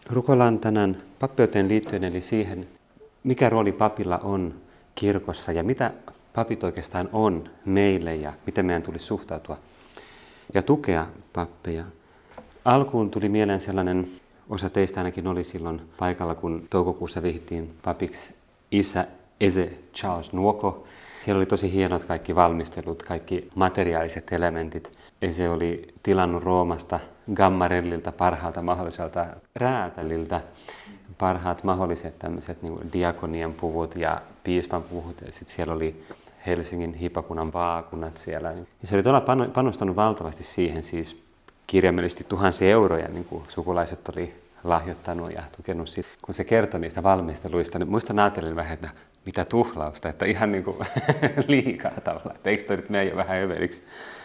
Rukoillaan tänään pappeuteen liittyen, eli siihen, mikä rooli papilla on kirkossa ja mitä papit oikeastaan on meille ja miten meidän tulisi suhtautua ja tukea pappeja. Alkuun tuli mieleen sellainen, osa teistä ainakin oli silloin paikalla, kun toukokuussa vihittiin papiksi isä Eze Charles Nuoko. Siellä oli tosi hienot kaikki valmistelut, kaikki materiaaliset elementit. Eze oli tilannut Roomasta Gammarellilta, parhaalta mahdolliselta räätäliltä, parhaat mahdolliset tämmöiset niin diakonien puvut ja piispan puvut. Ja sitten siellä oli Helsingin hiippakunnan vaakunat siellä. Ja se oli todella panostanut valtavasti siihen, siis kirjaimellisesti tuhansia euroja, niin kuin sukulaiset oli lahjoittanut ja tukenut siitä. Kun se kertoi niistä valmisteluista, niin muistan ajattelin vähän, että mitä tuhlausta, että ihan niin kuin liikaa tavallaan, että eikö toi nyt mene jo vähän överiksi.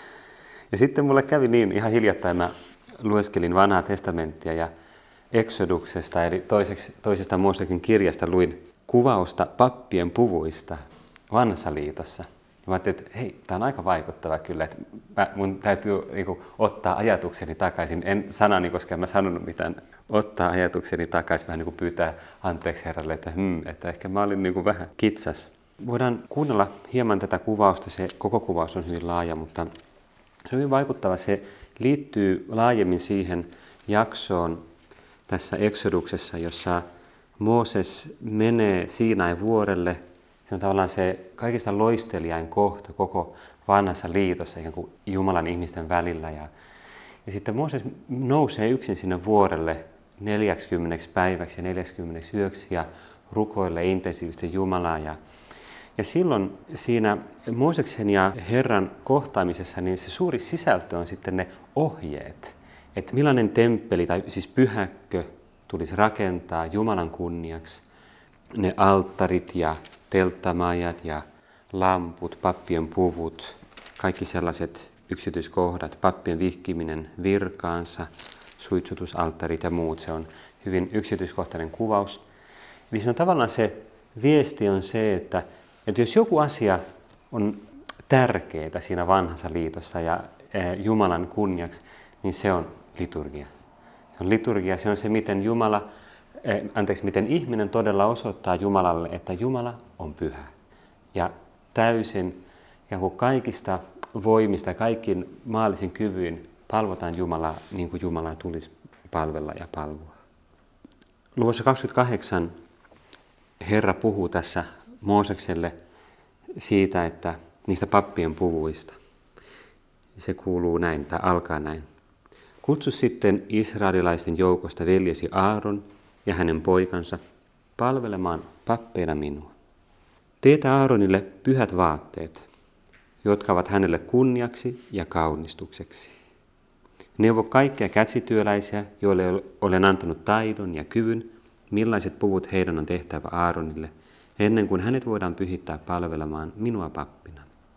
Ja sitten mulle kävi niin ihan hiljattain, mä lueskelin vanhaa testamenttia ja Exoduksesta, eli toisesta Mooseksen kirjasta luin kuvausta pappien puvuista Vanhassa liitossa. Mä ajattelin, että hei, tää on aika vaikuttava kyllä, että mun täytyy ottaa ajatukseni takaisin. En sanani, koska en mä sanonut mitään, ottaa ajatukseni takaisin, vähän niin kuin pyytää anteeksi Herralle, että ehkä mä olin vähän kitsas. Voidaan kuunnella hieman tätä kuvausta, se koko kuvaus on hyvin laaja, mutta se on hyvin vaikuttava. Se liittyy laajemmin siihen jaksoon tässä Exoduksessa, jossa Mooses menee Siinain vuorelle. Se on tavallaan se kaikista loistelijain kohta koko Vanhassa liitossa, ikään kuin Jumalan ihmisten välillä. Ja sitten Mooses nousee yksin sinne vuorelle 40 päiväksi ja 40 yöksi ja rukoilee intensiivisesti Jumalaa. Ja silloin siinä Mooseksen ja Herran kohtaamisessa niin se suuri sisältö on sitten ne ohjeet, että millainen temppeli tai siis pyhäkkö tulisi rakentaa Jumalan kunniaksi. Ne alttarit ja telttamajat ja lamput, pappien puvut, kaikki sellaiset yksityiskohdat, pappien vihkiminen virkaansa, suitsutusalttarit ja muut. Se on hyvin yksityiskohtainen kuvaus. Eli se on tavallaan se viesti on se, että jos joku asia on tärkeää siinä Vanhassa liitossa ja Jumalan kunniaksi, niin se on liturgia. Se on liturgia, se on se, miten ihminen todella osoittaa Jumalalle, että Jumala on pyhä. Ja täysin ja kaikista voimista ja kaikkin maallisin kyvyin palvotaan Jumalaa niin kuin Jumalaa tulisi palvella ja palvoa. Luvussa 28 Herra puhuu tässä Moosekselle siitä, että niistä pappien puvuista. Se kuuluu näin, tai alkaa näin. Kutsu sitten israelilaisten joukosta veljesi Aaron ja hänen poikansa palvelemaan pappeina minua. Teetä Aaronille pyhät vaatteet, jotka ovat hänelle kunniaksi ja kaunistukseksi. Neuvo kaikkia käsityöläisiä, joille olen antanut taidon ja kyvyn, millaiset puvut heidän on tehtävä Aaronille, ennen kuin hänet voidaan pyhittää palvelemaan minua pappina.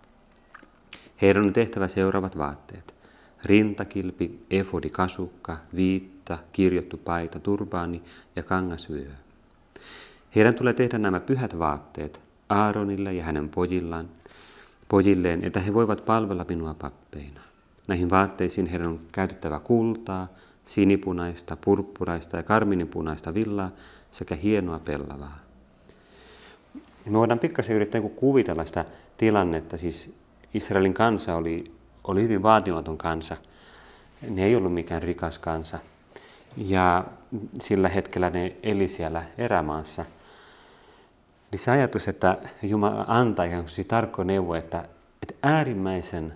Heidän on tehtävä seuraavat vaatteet. Rintakilpi, efodi, kasukka, viitta, kirjottu paita, turbaani ja kangasvyö. Heidän tulee tehdä nämä pyhät vaatteet Aaronille ja hänen pojilleen, että he voivat palvella minua pappeina. Näihin vaatteisiin heidän on käytettävä kultaa, sinipunaista, purppuraista ja karminipunaista villaa sekä hienoa pellavaa. Me voidaan pikkasen yrittää kuvitella sitä tilannetta, siis Israelin kansa oli hyvin vaatimaton kansa. Ne ei ollut mikään rikas kansa. Ja sillä hetkellä ne eli siellä erämaassa. Niin se ajatus, että Jumala antaa ikään kuin tarkkoja neuvoja, että äärimmäisen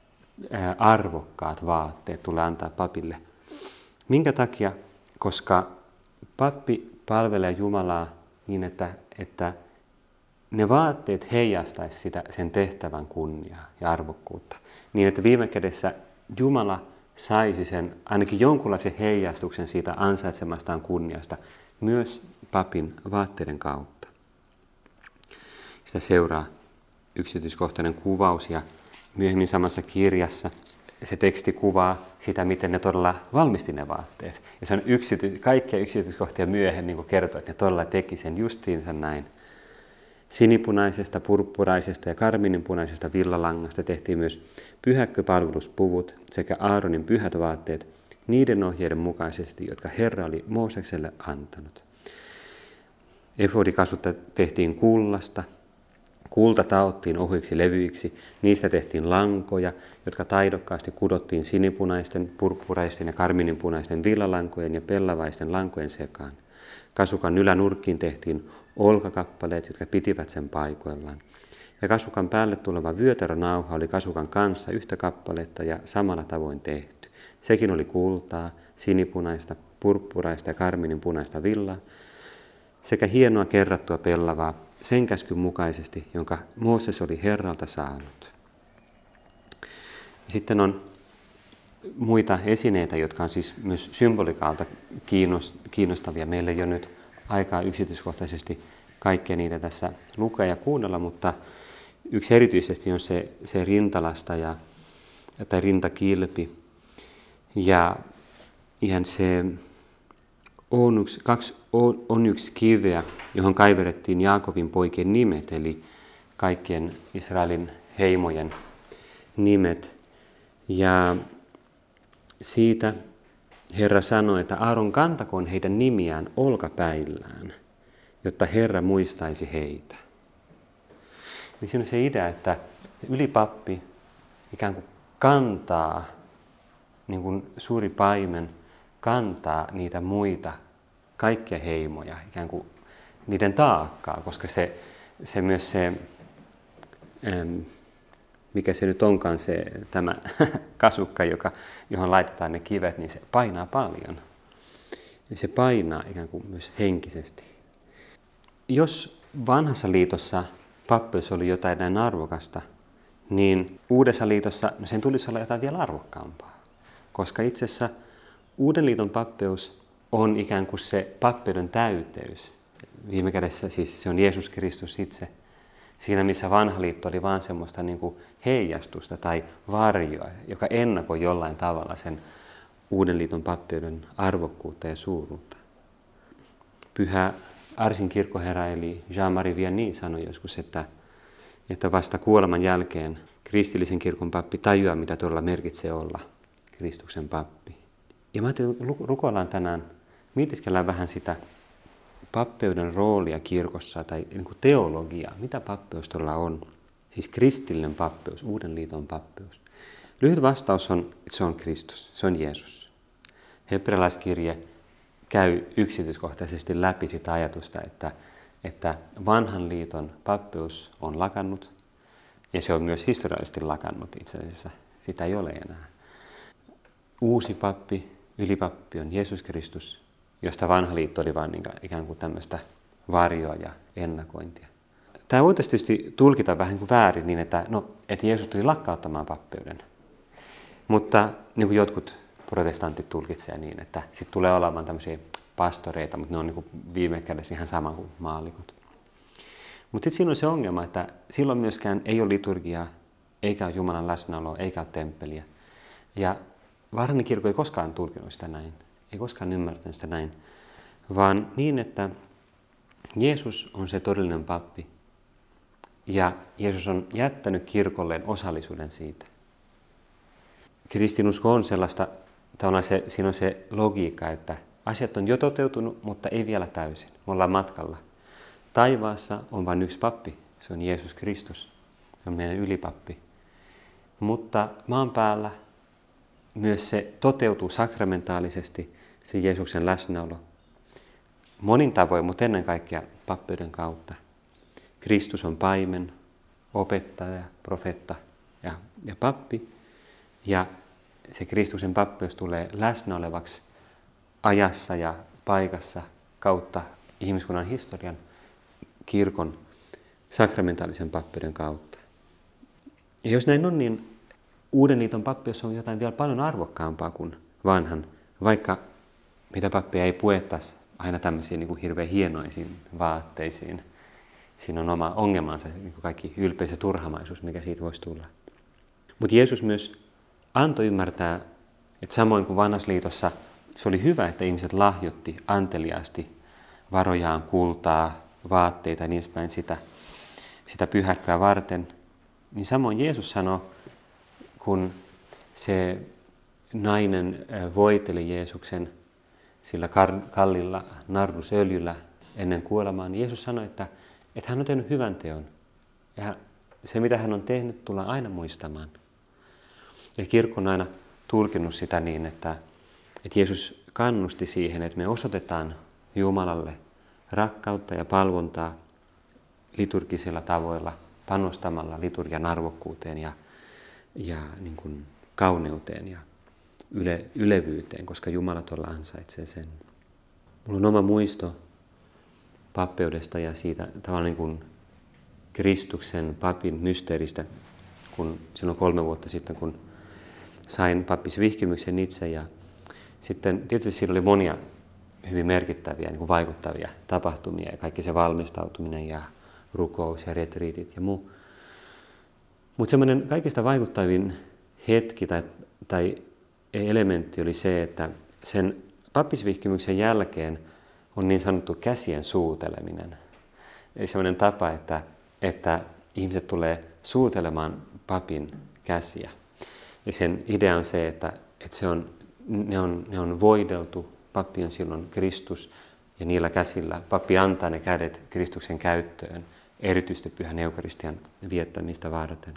arvokkaat vaatteet tulee antaa papille. Minkä takia? Koska pappi palvelee Jumalaa niin, että ne vaatteet heijastaisi sen tehtävän kunniaa ja arvokkuutta. Niin, että viime kädessä Jumala saisi sen ainakin jonkunlaisen heijastuksen siitä ansaitsemastaan kunniasta myös papin vaatteiden kautta. Sitä seuraa yksityiskohtainen kuvaus ja myöhemmin samassa kirjassa se teksti kuvaa sitä, miten ne todella valmisti ne vaatteet. Ja se on kaikkia yksityiskohtia myöhemmin niin kertoo, että ne todella teki sen justiinsa näin. Sinipunaisesta, purppuraisesta ja karmininpunaisesta villalangasta tehtiin myös pyhäkköpalveluspuvut sekä Aaronin pyhät vaatteet, niiden ohjeiden mukaisesti, jotka Herra oli Moosekselle antanut. Efodikasutta tehtiin kullasta, kulta taottiin ohuiksi levyiksi, niistä tehtiin lankoja, jotka taidokkaasti kudottiin sinipunaisten, purppuraisten ja karmininpunaisten villalankojen ja pellavaisten lankojen sekaan. Kasukan ylänurkkiin tehtiin olkakappaleet, jotka pitivät sen paikoillaan. Ja kasukan päälle tuleva vyötärönauha oli kasukan kanssa yhtä kappaletta ja samalla tavoin tehty. Sekin oli kultaa, sinipunaista, purppuraista ja karmininpunaista villaa sekä hienoa kerrattua pellavaa sen käskyn mukaisesti, jonka Mooses oli Herralta saanut. Sitten on muita esineitä, jotka on siis myös symbolikalta kiinnostavia. Meillä ei ole nyt aikaa yksityiskohtaisesti kaikkia niitä tässä lukea ja kuunnella, mutta yksi erityisesti on se rintalasta tai rintakilpi. Ja ihan se on yksi kiveä, johon kaiverrettiin Jaakobin poikien nimet, eli kaikkien Israelin heimojen nimet. Ja siitä Herra sanoi, että Aaron kantakoon heidän nimiään olkapäillään, jotta Herra muistaisi heitä. Niin siinä on se idea, että ylipappi ikään kuin kantaa, niin kuin suuri paimen kantaa niitä muita, kaikkia heimoja, ikään kuin niiden taakkaa, koska se myös se, mikä se nyt onkaan tämä kasukka, johon laitetaan ne kivet, niin se painaa paljon. Ja se painaa ikään kuin myös henkisesti. Jos vanhassa liitossa pappeus oli jotain näin arvokasta, niin uudessa liitossa sen tulisi olla jotain vielä arvokkaampaa. Koska itse asiassa Uuden liiton pappeus on ikään kuin se pappeuden täyteys. Viime kädessä siis se on Jeesus Kristus itse. Siinä missä vanha liitto oli vaan semmoista niin kuin heijastusta tai varjoa, joka ennakoi jollain tavalla sen Uuden liiton pappeuden arvokkuutta ja suuruutta. Pyhä Arsin kirkkoherra eli Jean-Marie Vianney sanoi joskus, että vasta kuoleman jälkeen kristillisen kirkon pappi tajuaa, mitä todella merkitsee olla Kristuksen pappi. Ja mä ajattelin, että rukoillaan tänään, mietiskellään vähän sitä pappeuden roolia kirkossa tai niin kuin teologiaa. Mitä pappeus todella on? Siis kristillinen pappeus, Uuden liiton pappeus. Lyhyt vastaus on, että se on Kristus, se on Jeesus. Hebrealaiskirje käy yksityiskohtaisesti läpi sitä ajatusta, että vanhan liiton pappeus on lakannut ja se on myös historiallisesti lakannut itse asiassa. Sitä ei ole enää. Uusi pappi, ylipappi on Jeesus Kristus, josta vanha liitto oli vain ikään kuin tämmöistä varjoa ja ennakointia. Tämä voitaisiin tietysti tulkita vähän kuin väärin niin, että Jeesus tuli lakkauttamaan pappeuden. Mutta niin kuin jotkut protestantit tulkitsevat niin, että sitten tulee olemaan tämmöisiä pastoreita, mutta ne on niin kuin viime kädessä ihan sama kuin maallikot. Mutta sitten siinä on se ongelma, että silloin myöskään ei ole liturgiaa, eikä ole Jumalan läsnäoloa, eikä ole temppeliä. Ja varhainen kirkko ei koskaan tulkinut sitä näin, ei koskaan ymmärtänyt sitä näin, vaan niin, että Jeesus on se todellinen pappi ja Jeesus on jättänyt kirkolleen osallisuuden siitä. Kristinusko on sellaista, siinä on se logiikka, että asiat on jo toteutunut, mutta ei vielä täysin. Me ollaan matkalla. Taivaassa on vain yksi pappi, se on Jeesus Kristus, se on meidän ylipappi. Mutta maan päällä myös se toteutuu sakramentaalisesti, se Jeesuksen läsnäolo. Monin tavoin, mutta ennen kaikkea pappeuden kautta. Kristus on paimen, opettaja, profeetta ja pappi. Ja se Kristuksen pappeus tulee läsnä olevaksi ajassa ja paikassa kautta ihmiskunnan historian kirkon sakramentaalisen pappeuden kautta. Ja jos näin on, niin Uuden liiton pappeus on jotain vielä paljon arvokkaampaa kuin vanhan, vaikka mitä pappeja ei puettaisi aina tämmöisiin niin kuin hirveän hienoisiin vaatteisiin. Siinä on oma ongelmansa, niin kuin kaikki ylpeys ja turhamaisuus, mikä siitä voisi tulla. Mutta Jeesus myös antoi ymmärtää, että samoin kuin vanhassa liitossa se oli hyvä, että ihmiset lahjoitti anteliaasti varojaan, kultaa, vaatteita ja niin edespäin sitä pyhäkköä varten, niin samoin Jeesus sanoi, kun se nainen voiteli Jeesuksen sillä kallilla nardusöljyllä ennen kuolemaa, niin Jeesus sanoi, että hän on tehnyt hyvän teon. Ja se, mitä hän on tehnyt, tullaan aina muistamaan. Ja kirkko on aina tulkinnut sitä niin, että Jeesus kannusti siihen, että me osoitetaan Jumalalle rakkautta ja palvontaa liturgisilla tavoilla, panostamalla liturgian arvokkuuteen ja niin kuin kauneuteen ja ylevyyteen, koska Jumala tuolla ansaitsee sen. Mulla on oma muisto pappeudesta ja siitä tavallaan niin kuin Kristuksen papin mysteeristä, kun silloin 3 vuotta sitten, kun sain pappisvihkimyksen itse. Ja sitten tietysti siinä oli monia hyvin merkittäviä, niin kuin vaikuttavia tapahtumia ja kaikki se valmistautuminen ja rukous ja retriitit ja muu. Mutta semmoinen kaikista vaikuttavin hetki tai elementti oli se, että sen pappisvihkimyksen jälkeen on niin sanottu käsien suuteleminen. Eli semmoinen tapa, että ihmiset tulee suutelemaan papin käsiä. Ja sen idea on se, että ne on voideltu, pappi on silloin Kristus, ja niillä käsillä pappi antaa ne kädet Kristuksen käyttöön, erityisesti Pyhän Eukaristian viettämistä varten.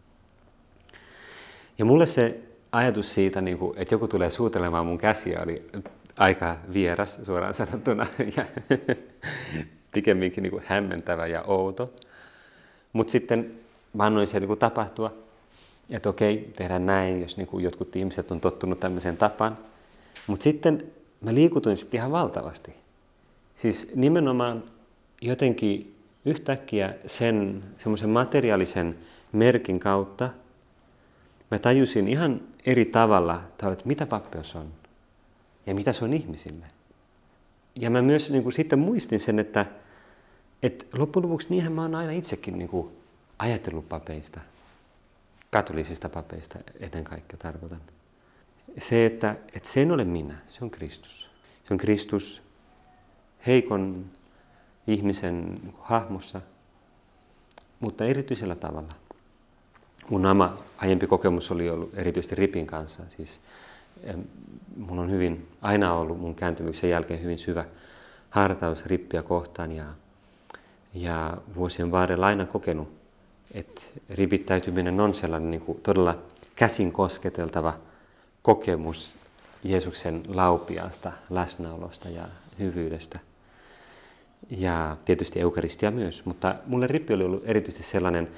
Ja mulle se ajatus siitä, että joku tulee suutelemaan mun käsiä, oli aika vieras suoraan sanottuna ja pikemminkin hämmentävä ja outo. Mutta sitten mä annoin sen tapahtua, että okei, tehdään näin, jos jotkut ihmiset on tottunut tämmöiseen tapaan. Mutta sitten mä liikutuin sitten ihan valtavasti. Siis nimenomaan jotenkin yhtäkkiä sen semmoisen materiaalisen merkin kautta mä tajusin ihan eri tavalla, että mitä pappeus on ja mitä se on ihmisille. Ja mä myös sitten muistin sen, että loppujen lopuksi niinhän mä oon aina itsekin ajatellut papeista, katolisista papeista ennen kaikkea tarkoitan. Se, että se en ole minä, se on Kristus. Se on Kristus heikon ihmisen hahmossa, mutta erityisellä tavalla. Mun aiempi kokemus oli ollut erityisesti ripin kanssa. Siis, mun on aina ollut mun kääntymyksen jälkeen hyvin syvä hartaus rippiä kohtaan ja vuosien varrella aina kokenut, että ripittäytyminen on sellainen todella käsin kosketeltava kokemus Jeesuksen laupiaasta läsnäolosta ja hyvyydestä. Ja tietysti eukaristia myös, mutta mulle rippi oli ollut erityisesti sellainen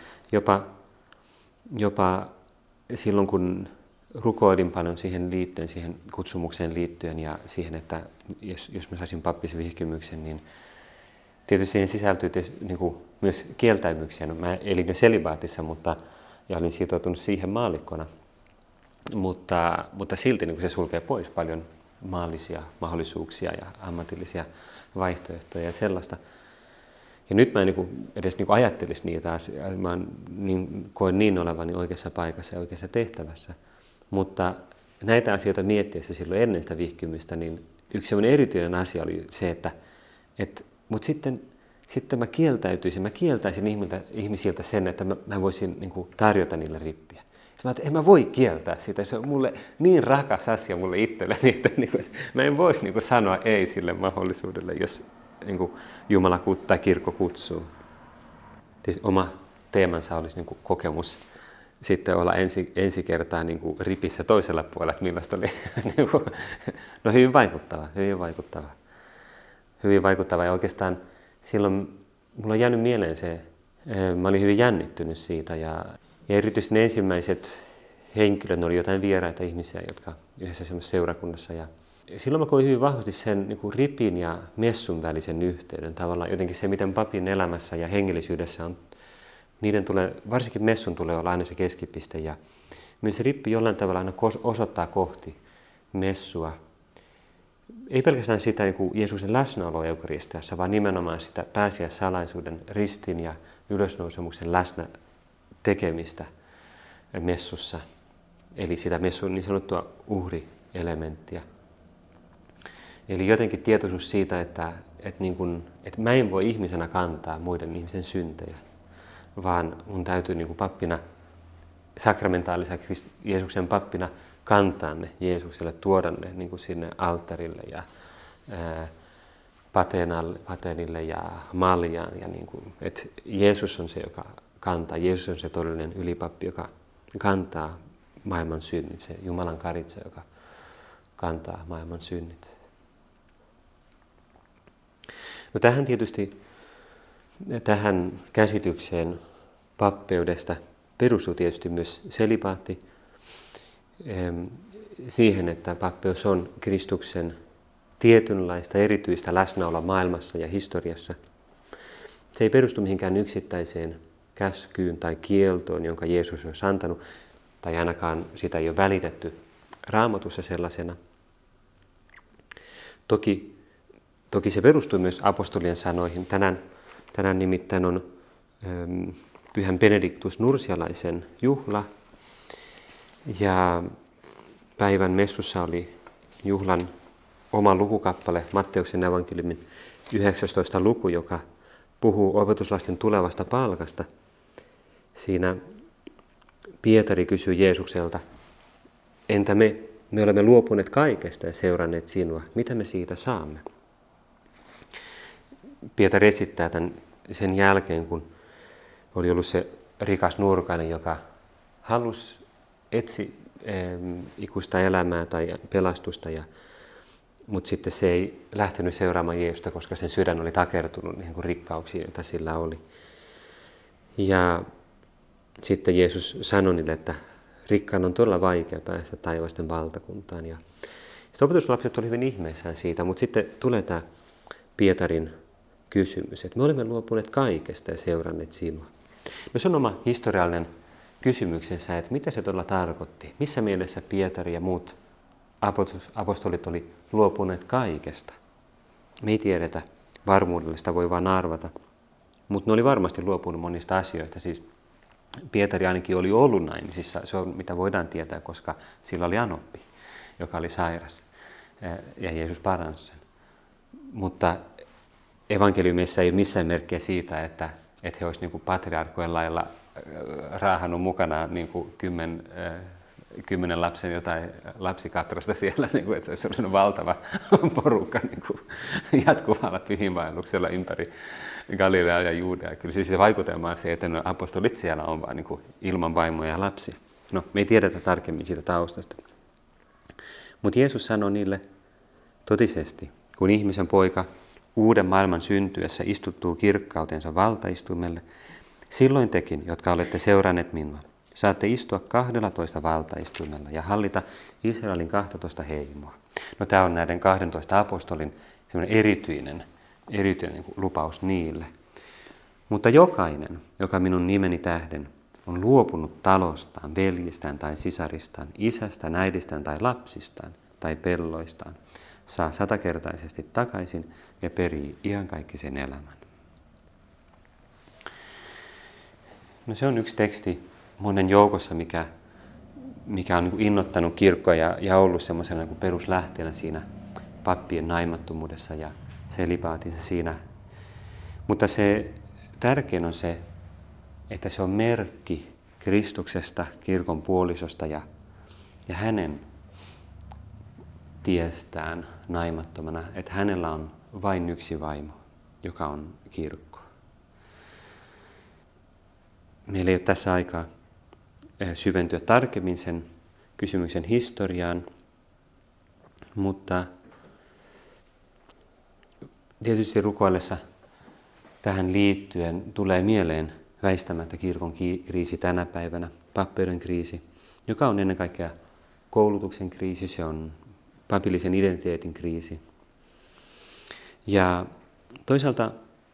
jopa silloin, kun rukoilin paljon siihen liittyen, siihen kutsumukseen liittyen ja siihen, että jos mä saisin pappisvihkimyksen, niin tietysti siihen sisältyy myös kieltäymyksiä. No, mä elin jo selibaatissa ja olin sitoutunut siihen maallikkona, mutta silti se sulkee pois paljon maallisia mahdollisuuksia ja ammatillisia vaihtoehtoja ja sellaista. Ja nyt mä en edes ajattelisi niitä asioita, mä koen niin olevani oikeassa paikassa ja oikeassa tehtävässä. Mutta näitä asioita miettiessä silloin ennen sitä vihkimystä, niin yksi sellainen erityinen asia oli se, mutta sitten mä kieltäisin ihmisiltä sen, että mä voisin tarjota niille rippiä. Mä en mä voi kieltää sitä, se on mulle niin rakas asia mulle itselleni, että mä en voisi sanoa ei sille mahdollisuudelle, jos Jumala tai kirkko kutsuu. Tietysti oma teemansa olisi kokemus sitten olla ensi kertaa ripissä toisella puolella, että millaista oli no hyvin vaikuttava. Ja oikeastaan silloin mulla on jäänyt mieleen se, mä olin hyvin jännittynyt siitä ja erityisesti ne ensimmäiset henkilöt, ne oli jotain vieraita ihmisiä, jotka yhdessä semmoisessa seurakunnassa. Ja silloin mä koin hyvin vahvasti sen ripin ja messun välisen yhteyden. Tavallaan jotenkin se, miten papin elämässä ja hengellisyydessä on, varsinkin messun tulee olla aina se keskipiste. Ja myös se rippi jollain tavalla aina osoittaa kohti messua. Ei pelkästään sitä Jeesuksen läsnäoloa eukaristiassa, vaan nimenomaan sitä pääsiäissalaisuuden ristin ja ylösnousemuksen läsnä tekemistä messussa. Eli sitä messun niin sanottua uhrielementtiä. Eli jotenkin tietoisuus siitä, että mä en voi ihmisenä kantaa muiden ihmisen syntejä, vaan mun täytyy pappina, sakramentaalisena Jeesuksen pappina kantaa ne Jeesukselle, tuoda ne niin kuin sinne alttarille ja pateenille ja maljaan. Ja niin kuin, että Jeesus on se, joka kantaa. Jeesus on se todellinen ylipappi, joka kantaa maailman synnit. Se Jumalan karitsa, joka kantaa maailman synnit. No tähän käsitykseen pappeudesta perustuu tietysti myös selibaatti siihen, että pappeus on Kristuksen tietynlaista erityistä läsnäoloa maailmassa ja historiassa. Se ei perustu mihinkään yksittäiseen käskyyn tai kieltoon, jonka Jeesus on antanut, tai ainakaan sitä ei ole välitetty Raamatussa sellaisena. Toki se perustuu myös apostolien sanoihin. Tänään nimittäin on Pyhän Benediktus Nursialaisen juhla. Ja päivän messussa oli juhlan oma lukukappale, Matteuksen evankeliumin 19. luku, joka puhuu opetuslasten tulevasta palkasta. Siinä Pietari kysyy Jeesukselta, entä me olemme luopuneet kaikesta ja seuranneet sinua, mitä me siitä saamme? Pietari esittää tämän sen jälkeen, kun oli ollut se rikas nurkainen, joka halusi ikuista elämää tai pelastusta, mutta sitten se ei lähtenyt seuraamaan Jeesusta, koska sen sydän oli takertunut niihin rikkauksiin, joita sillä oli. Ja sitten Jeesus sanoi niille, että rikkaan on todella vaikea päästä taivasten valtakuntaan. Ja sitten opetuslapset oli hyvin ihmeissään siitä, mutta sitten tulee tämä Pietarin kysymys, että me olemme luopuneet kaikesta ja seuranneet sinua. No se on oma historiallinen kysymyksensä, että mitä se todella tarkoitti. Missä mielessä Pietari ja muut apostolit oli luopuneet kaikesta. Me ei tiedetä varmuudella, sitä voi vaan arvata. Mutta ne oli varmasti luopunut monista asioista. Siis Pietari ainakin oli ollut näin, siis se on mitä voidaan tietää, koska sillä oli anoppi, joka oli sairas. Ja Jeesus paransi sen. Mutta evankeliumissa ei ole missään merkkiä siitä, että he olisivat niin kuin patriarkkojen lailla raahannut mukanaan niin kuin 10 lapsen jotain lapsikatrasta siellä, niin kuin, että se olisi sellainen valtava porukka niin kuin jatkuvalla pyhinvaelluksella ympäri Galileaa ja Juudea. Kyllä siis se vaikutelma on se, että ne apostolit siellä on vaan niin kuin ilman vaimoja ja lapsia. No, me ei tiedetä tarkemmin siitä taustasta. Mutta Jeesus sanoi niille totisesti, kun ihmisen poika uuden maailman syntyessä istuttuu kirkkautensa valtaistuimelle, silloin tekin, jotka olette seuranneet minua, saatte istua 12 valtaistuimella ja hallita Israelin 12 heimoa. No tämä on näiden 12 apostolin erityinen niin kuin lupaus niille. Mutta jokainen, joka minun nimeni tähden on luopunut talostaan, veljistään tai sisaristaan, isästään, äidistään tai lapsistaan tai pelloistaan, saa 100-kertaisesti takaisin ja perii iankaikkisen elämän. No se on yksi teksti monen joukossa, mikä on niin kuin innoittanut kirkkoa ja ollut semmoisena niin peruslähteenä siinä pappien naimattomuudessa ja selibaatissa siinä. Mutta se tärkein on se, että se on merkki Kristuksesta, kirkon puolisosta ja hänen tiestään naimattomana, että hänellä on vain yksi vaimo, joka on kirkko. Meillä ei ole tässä aikaa syventyä tarkemmin sen kysymyksen historiaan, mutta tietysti rukoillessa tähän liittyen tulee mieleen väistämättä kirkon kriisi tänä päivänä, pappeuden kriisi, joka on ennen kaikkea koulutuksen kriisi, se on papillisen identiteetin kriisi. Ja toisaalta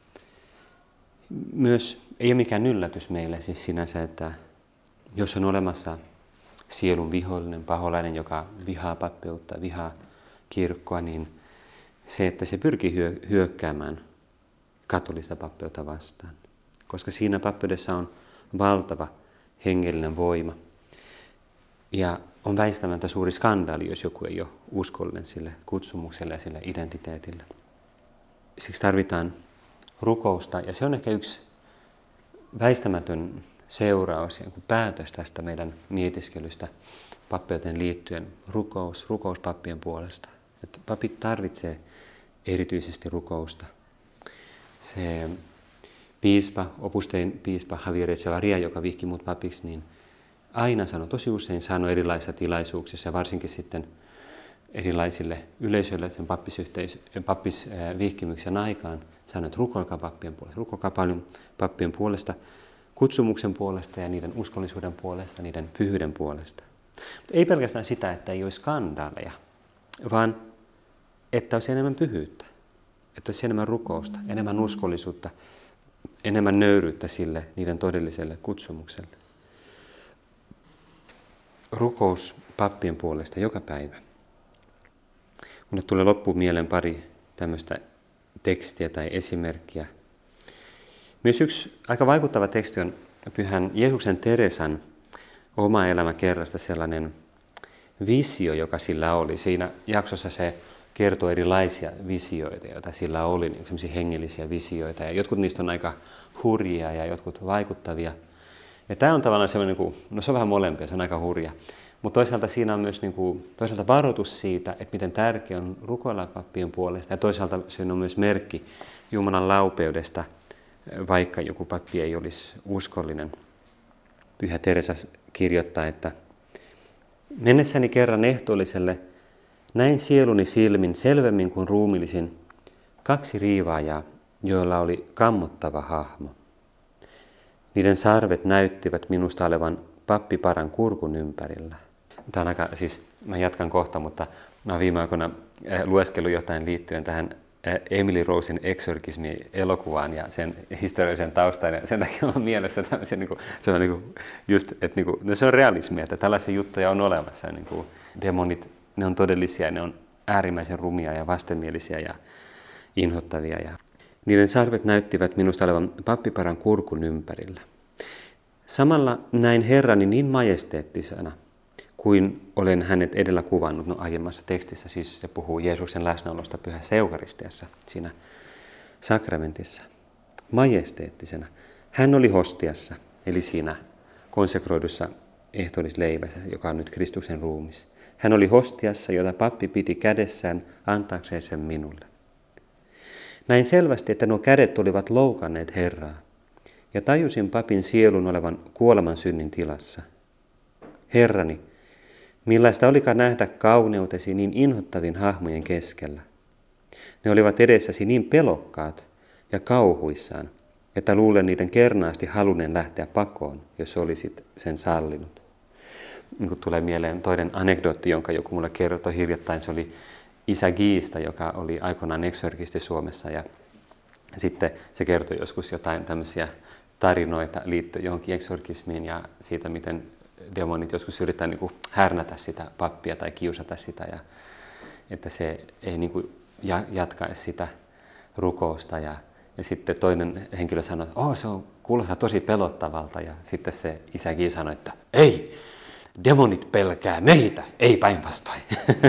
myös ei ole mikään yllätys meille siis sinänsä, että jos on olemassa sielun vihollinen, paholainen, joka vihaa pappeutta, vihaa kirkkoa, niin se, että se pyrkii hyökkäämään katolista pappeutta vastaan. Koska siinä pappeudessa on valtava hengellinen voima. Ja on väistämättä suuri skandaali, jos joku ei ole uskollinen sille kutsumukselle ja sille identiteetille. Siksi tarvitaan rukousta, ja se on ehkä yksi väistämätön seuraus ja päätös tästä meidän mietiskelystä pappeuteen liittyen rukous pappien puolesta. Että papit tarvitsee erityisesti rukousta. Se piispa, Opus Dein piispa Javier Echevarria, joka vihki mut papiksi, niin aina tosi usein sanoi erilaisissa tilaisuuksissa ja varsinkin sitten erilaisille yleisöille sen pappisvihkimyksen aikaan sanoi, että rukoilkaa pappien puolesta, rukoilkaa paljon pappien puolesta, kutsumuksen puolesta ja niiden uskollisuuden puolesta, niiden pyhyyden puolesta. Mutta ei pelkästään sitä, että ei olisi skandaaleja, vaan että olisi enemmän pyhyyttä, että olisi enemmän rukousta, enemmän uskollisuutta, enemmän nöyryyttä sille niiden todelliselle kutsumukselle. Rukous pappien puolesta joka päivä. Minulle tulee loppuun mieleen pari tämmöistä tekstiä tai esimerkkiä. Myös yksi aika vaikuttava teksti on pyhän Jeesuksen Teresan oma elämä kerrasta sellainen visio, joka sillä oli. Siinä jaksossa se kertoo erilaisia visioita, joita sillä oli, niin sellaisia hengellisiä visioita. Ja jotkut niistä on aika hurjia ja jotkut vaikuttavia. Ja tämä on tavallaan sellainen, no se on vähän molempia, se on aika hurja. Mutta toisaalta siinä on myös toisaalta varoitus siitä, että miten tärkeää on rukoilla pappien puolesta. Ja toisaalta se on myös merkki Jumalan laupeudesta, vaikka joku pappi ei olisi uskollinen. Pyhä Teresa kirjoittaa, että mennessäni kerran ehtoolliselle näin sieluni silmin selvemmin kuin ruumillisin 2 riivaajaa, joilla oli kammottava hahmo. Niiden sarvet näyttivät minusta olevan pappiparan kurkun ympärillä. Tämä on aika, siis mä jatkan kohta, mutta mä oon viime aikoina lueskellut jotain liittyen tähän Emily Rosen eksorkismi-elokuvaan ja sen historiallisen taustan. Ja sen takia on mielessä tämmöisiä, se on just, että se on realismia, että tällaisia juttuja on olemassa. Demonit, ne on todellisia, ne on äärimmäisen rumia ja vastenmielisiä ja inhottavia. Ja niiden sarvet näyttivät minusta olevan pappiparan kurkun ympärillä. Samalla näin Herrani niin majesteettisena, kuin olen hänet edellä kuvannut aiemmassa tekstissä, siis se puhuu Jeesuksen läsnäolosta pyhässä eukaristiassa, siinä sakramentissa. Majesteettisena. Hän oli hostiassa, eli siinä konsekroidussa ehtoollisleivässä, joka on nyt Kristuksen ruumis. Hän oli hostiassa, jota pappi piti kädessään antaakseen sen minulle. Näin selvästi, että nuo kädet olivat loukanneet Herraa, ja tajusin papin sielun olevan kuoleman synnin tilassa. Herrani, millaista olikaan nähdä kauneutesi niin inhottavin hahmojen keskellä. Ne olivat edessäsi niin pelokkaat ja kauhuissaan, että luulen niiden kernaasti halunneen lähteä pakoon, jos olisit sen sallinut. Niin kuin tulee mieleen toinen anekdootti, jonka joku mulle kertoi hiljattain, se oli isä Giista, joka oli aikoinaan eksorkisti Suomessa, ja sitten se kertoi joskus jotain tämmöisiä tarinoita liittyen johonkin eksorkismiin ja siitä, miten demonit joskus yrittää härnätä sitä pappia tai kiusata sitä, ja että se ei jatkaisi sitä rukousta. Ja sitten toinen henkilö sanoi, että se on kuulostaa tosi pelottavalta, ja sitten se isäkin sanoi, että ei, demonit pelkää meitä, ei päinvastoin,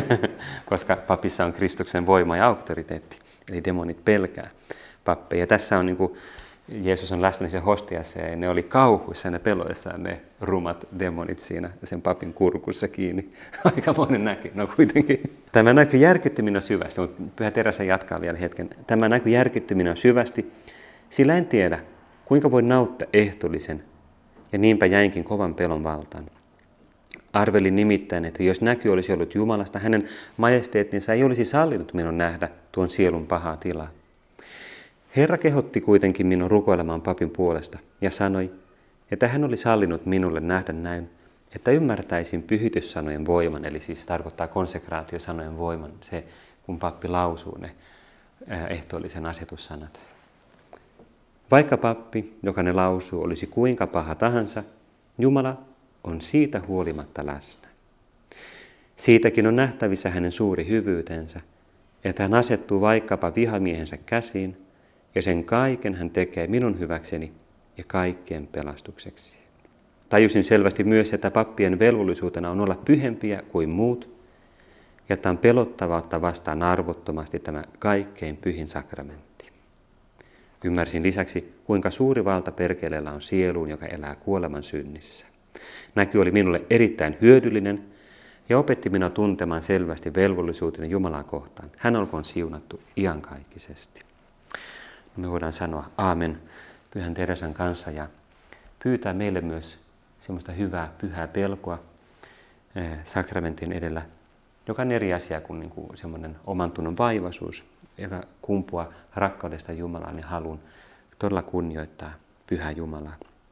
koska papissa on Kristuksen voima ja auktoriteetti, eli demonit pelkää pappeja. Ja tässä on Jeesus on läsnä sen hostiassa ja ne oli kauhuissa ne peloissaan ne rumat demonit siinä sen papin kurkussa kiinni. Aikamoinen näky, no kuitenkin. Tämä näky järkytti minua syvästi, mutta Pyhä Teresa jatkaa vielä hetken. Tämä näky järkytti minua syvästi, sillä en tiedä, kuinka voi nauttia ehtoollisen, ja niinpä jäinkin kovan pelon valtaan. Arvelin nimittäin, että jos näky olisi ollut Jumalasta, hänen majesteettinsa ei olisi sallinut minun nähdä tuon sielun pahaa tilaa. Herra kehotti kuitenkin minun rukoilemaan papin puolesta ja sanoi, että hän oli sallinut minulle nähdä näin, että ymmärtäisin pyhityssanojen voiman, eli siis tarkoittaa konsekraatiosanojen voiman, se kun pappi lausuu ne ehtoollisen asetussanat. Vaikka pappi, joka ne lausuu, olisi kuinka paha tahansa, Jumala on siitä huolimatta läsnä. Siitäkin on nähtävissä hänen suuri hyvyytensä, että hän asettuu vaikkapa vihamiehensä käsiin, ja sen kaiken hän tekee minun hyväkseni ja kaikkien pelastukseksi. Tajusin selvästi myös, että pappien velvollisuutena on olla pyhempiä kuin muut, ja että on pelottavaa ottaa vastaan arvottomasti tämä kaikkein pyhin sakramentti. Ymmärsin lisäksi, kuinka suuri valta perkeleellä on sieluun, joka elää kuoleman synnissä. Näky oli minulle erittäin hyödyllinen, ja opetti minua tuntemaan selvästi velvollisuuteni Jumalaa kohtaan. Hän olkoon siunattu iankaikkisesti. Me voidaan sanoa aamen Pyhän Teresan kanssa ja pyytää meille myös semmoista hyvää, pyhää pelkoa sakramentin edellä, joka on eri asia kuin, semmoinen oman tunnon vaivaisuus, joka kumpuaa rakkaudesta Jumalaan ja halun todella kunnioittaa Pyhää Jumalaa.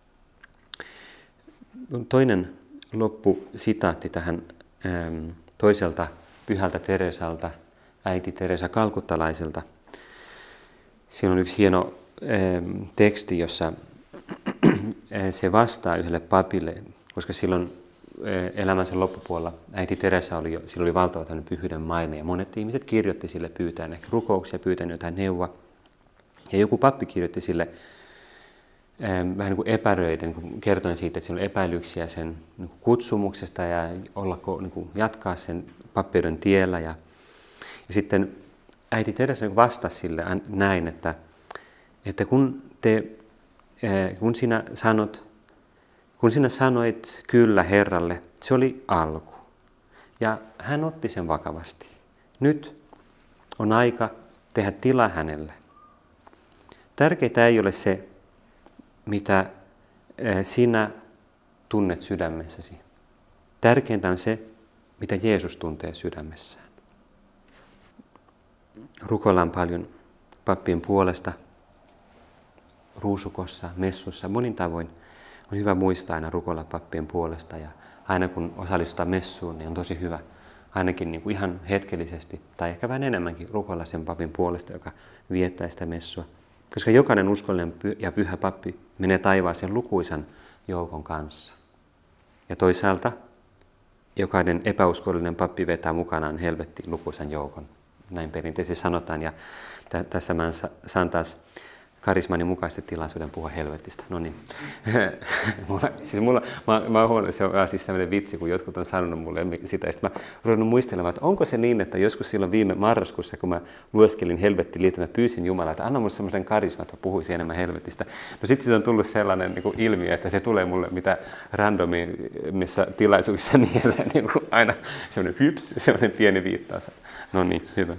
Toinen loppusitaatti tähän toiselta Pyhältä Teresalta, äiti Teresa Kalkuttalaiselta. Siinä on yksi hieno teksti, jossa se vastaa yhdelle papille, koska silloin elämänsä loppupuolella äiti Teresa sillä oli valtava tämmöinen pyhyyden maine ja monet ihmiset kirjoitti sille pyytäen ehkä rukouksia, pyytäen jotain neuvoa. Ja joku pappi kirjoitti sille vähän niin kuin epäröiden, kertoen siitä, että siinä on epäilyksiä sen niin kuin kutsumuksesta ja niin kuin jatkaa sen pappeuden tiellä. Ja sitten äiti Teresa niin vastasi sille näin, että kun sinä sanoit kyllä Herralle, se oli alku. Ja hän otti sen vakavasti. Nyt on aika tehdä tila hänelle. Tärkeintä ei ole se, mitä sinä tunnet sydämessäsi. Tärkeintä on se, mitä Jeesus tuntee sydämessään. Rukoillaan paljon pappien puolesta, ruusukossa, messussa, monin tavoin. On hyvä muistaa aina rukoilla pappien puolesta ja aina kun osallistutaan messuun, niin on tosi hyvä ainakin niin kuin ihan hetkellisesti tai ehkä vähän enemmänkin rukoilla sen papin puolesta, joka viettää sitä messua. Koska jokainen uskollinen ja pyhä pappi menee taivaaseen lukuisan joukon kanssa. Ja toisaalta jokainen epäuskollinen pappi vetää mukanaan helvettiin lukuisan joukon. Näin perinteisesti sanotaan ja tässä mä saan taas karismani mukaisesti tilaisuuden puhua helvetistä. No niin. Mä oon huomannut, se on siis sellainen vitsi, kun jotkut on sanonut mulle sitä. Sitten mä ruvennut muistelemaan, että onko se niin, että joskus silloin viime marraskuussa, kun mä lueskelin helvettiin liittyen, mä pyysin Jumalaa, että anna mulle semmoisen karisma, että mä puhuisin enemmän helvetistä. No sitten siitä on tullut sellainen niin kuin ilmiö, että se tulee mulle mitä randomimmissa tilaisuuksissa mieleen, niin kuin aina semmoinen hyps, semmoinen pieni viittaus. No niin, hyvä.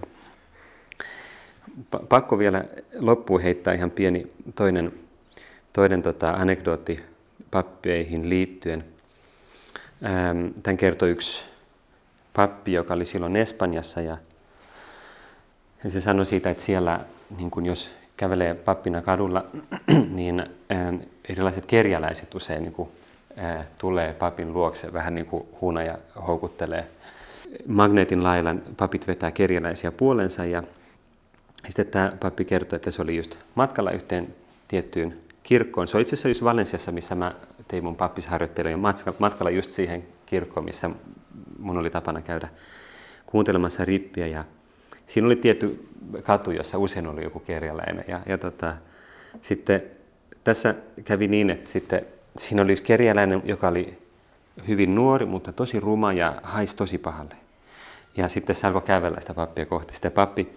Pakko vielä loppuun heittää ihan pieni toinen anekdootti pappeihin liittyen. Tämän kertoi yksi pappi, joka oli silloin Espanjassa ja se sanoi siitä, että siellä niin kun jos kävelee pappina kadulla, niin erilaiset kerjäläiset usein niin kun, tulee papin luokse vähän niin kuin huunaja houkuttelee. Magneetin lailla papit vetää kerjäläisiä puolensa ja sitten tämä pappi kertoi, että se oli just matkalla yhteen tiettyyn kirkkoon. Se oli itse asiassa just Valensiassa, missä mä tein mun pappisharjoittelun ja matkalla just siihen kirkkoon, missä mun oli tapana käydä kuuntelemassa rippiä. Ja siinä oli tietty katu, jossa usein oli joku kerjäläinen. Sitten tässä kävi niin, että sitten siinä oli yksi kerjäläinen, joka oli hyvin nuori, mutta tosi ruma ja haisi tosi pahalle. Ja sitten se alkoi kävellä sitä pappia kohti. Sitten pappi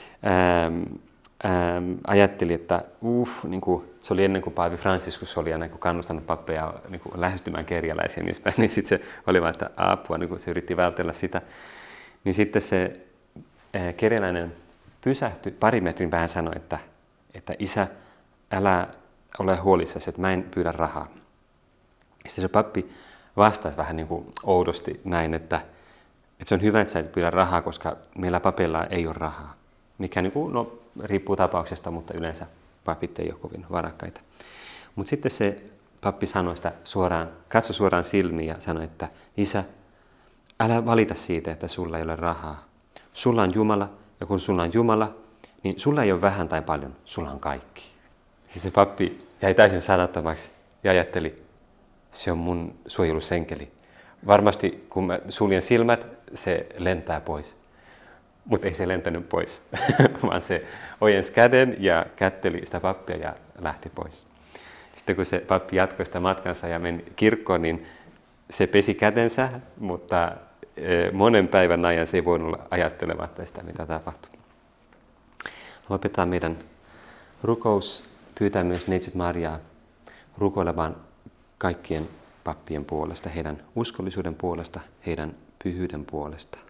ajatteli, että niin kuin, se oli ennen kuin Paavi Franciscus oli aina kannustanut pappeja niin kuin lähestymään kerjäläisiä niin sitten se oli vaan, että apua, niin kuin se yritti vältellä sitä. Niin sitten se kerjäläinen pysähtyi pari metrin päähän sanoi, että isä, älä ole huolissasi, että mä en pyydä rahaa. Sitten se pappi vastasi vähän niin kuin oudosti näin, että se on hyvä, että sä et pyydä rahaa, koska meillä papeilla ei ole rahaa. Mikä niin kuin, riippuu tapauksesta, mutta yleensä papit ei ole kovin varakkaita. Mutta sitten se pappi sanoi sitä katsoi suoraan silmiin ja sanoi, että isä, älä valita siitä, että sulla ei ole rahaa. Sulla on Jumala, ja kun sulla on Jumala, niin sulla ei ole vähän tai paljon, sulla on kaikki. Siis se pappi jäi täysin sanattomaksi ja ajatteli, se on mun suojelusenkeli. Varmasti kun mä suljen silmät, se lentää pois. Mutta ei se lentänyt pois, vaan se ojensi käden ja kätteli sitä pappia ja lähti pois. Sitten kun se pappi jatkoi sitä matkansa ja meni kirkkoon, niin se pesi kätensä, mutta monen päivän ajan se ei voinut olla ajattelematta sitä, mitä tapahtui. Lopetetaan meidän rukous. Pyytää myös Neitsyt Mariaa rukoilemaan kaikkien pappien puolesta, heidän uskollisuuden puolesta, heidän pyhyyden puolesta.